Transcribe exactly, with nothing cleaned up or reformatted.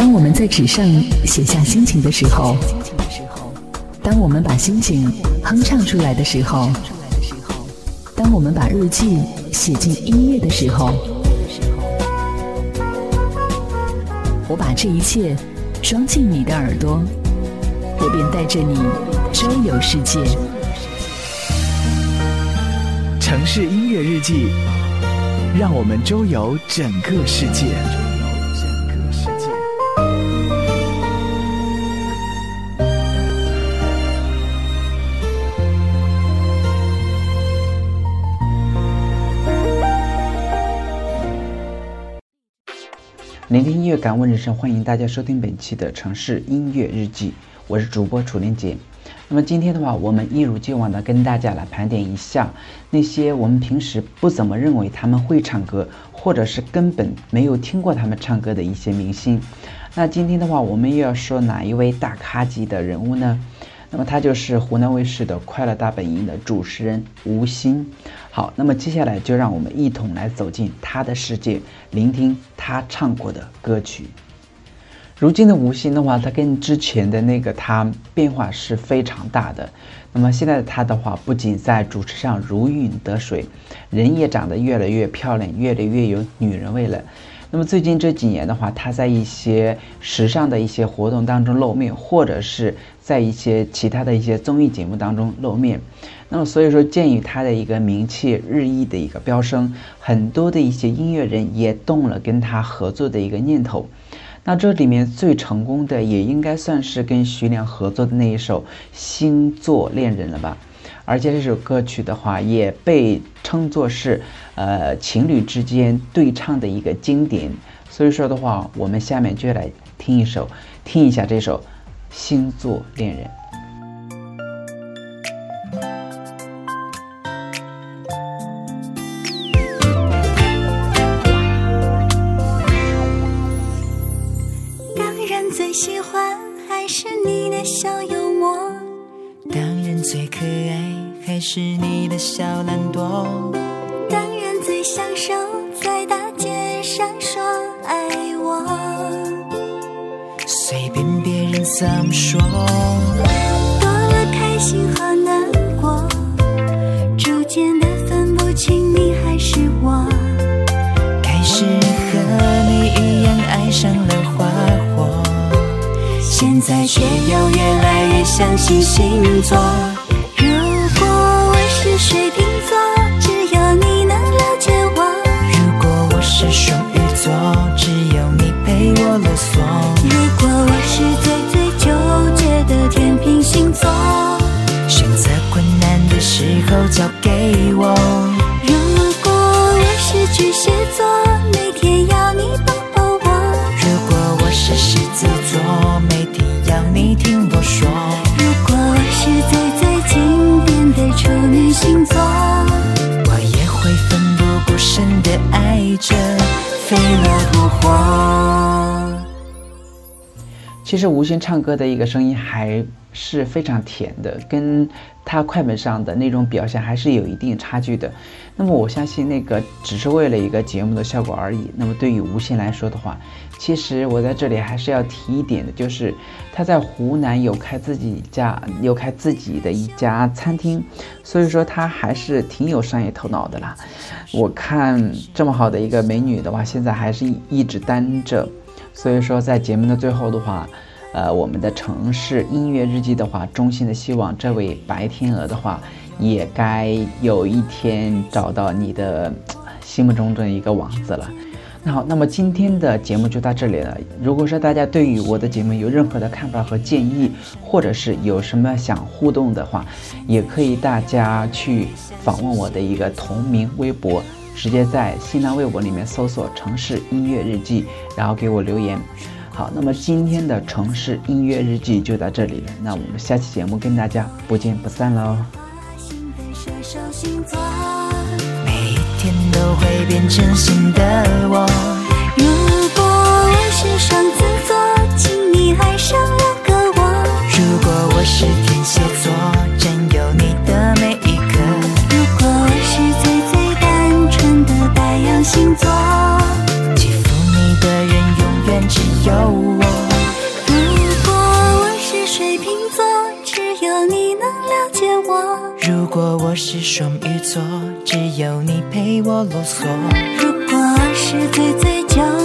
当我们在纸上写下心情的时候，当我们把心情哼唱出来的时候，当我们把日记写进音乐的时候，我把这一切装进你的耳朵，我便带着你周游世界。 城市音乐日记，让我们周游整个世界。 聆听音乐，感悟人生，欢迎大家收听本期的城市音乐日记，我是主播楚连杰。那么今天的话，我们一如既往的跟大家来盘点一下那些我们平时不怎么认为他们会唱歌，或者是根本没有听过他们唱歌的一些明星。那今天的话，我们又要说哪一位大咖级的人物呢？那么他就是湖南卫视的快乐大本营的主持人吴昕。好，那么接下来就让我们一同来走进他的世界，聆听他唱过的歌曲。如今的吴昕的话，他跟之前的那个他变化是非常大的。那么现在的他的话，不仅在主持上如鱼得水，人也长得越来越漂亮，越来越有女人味了。那么最近这几年的话，他在一些时尚的一些活动当中露面，或者是在一些其他的一些综艺节目当中露面。那么所以说，鉴于他的一个名气日益的一个飙升，很多的一些音乐人也动了跟他合作的一个念头。那这里面最成功的也应该算是跟徐良合作的那一首《星座恋人》了吧。而且这首歌曲的话，也被称作是呃情侣之间对唱的一个经典。所以说的话，我们下面就来听一首，听一下这首《星座恋人》。 当然最喜欢还是你的小幽默， 当然最可爱还是你的小懒惰， 当然最享受在大街上说爱我， 随便别人怎么说， 多了开心和难过，逐渐的分不清你还是我， 开始和你一样爱上了花火， 现在却又越来越相信星座。如果我是水瓶座，只有你能了解我， 如果我是双鱼座，只有你陪我啰嗦， 如果我是最最纠结的天秤星座， 选择困难的时候交给我， 如果我是巨蟹座，每天要你抱抱我， 如果我是狮子座，每天要你听我说， 如果我是最最经典的处女星座， 我也会奋不顾身地爱着，飞蛾扑火。 其实吴昕唱歌的一个声音还是非常甜的，跟他快本上的那种表现还是有一定差距的。那么我相信那个只是为了一个节目的效果而已。那么对于吴昕来说的话，其实我在这里还是要提一点的，就是他在湖南有开自己家有开自己的一家餐厅，所以说他还是挺有商业头脑的啦。我看这么好的一个美女的话，现在还是一直单着。所以说在节目的最后的话，呃，我们的城市音乐日记的话，衷心的希望这位白天鹅的话，也该有一天找到你的心目中的一个王子了。那好，那么今天的节目就到这里了。如果说大家对于我的节目有任何的看法和建议，或者是有什么想互动的话，也可以大家去访问我的一个同名微博，直接在新浪微博里面搜索城市音乐日记，然后给我留言。好，那么今天的城市音乐日记就到这里了，那我们下期节目跟大家不见不散喽。 每一天都会变成新的我， 如果我是双子座，请你爱上两个我， 如果我是天蝎座，占有你的每一刻， 如果我是最最单纯的白羊星座， 欺负你的人永远然只有我。 如果我是水瓶座，只有你能了解我。 如果我是双鱼座，只有你陪我啰嗦。 如果是最最久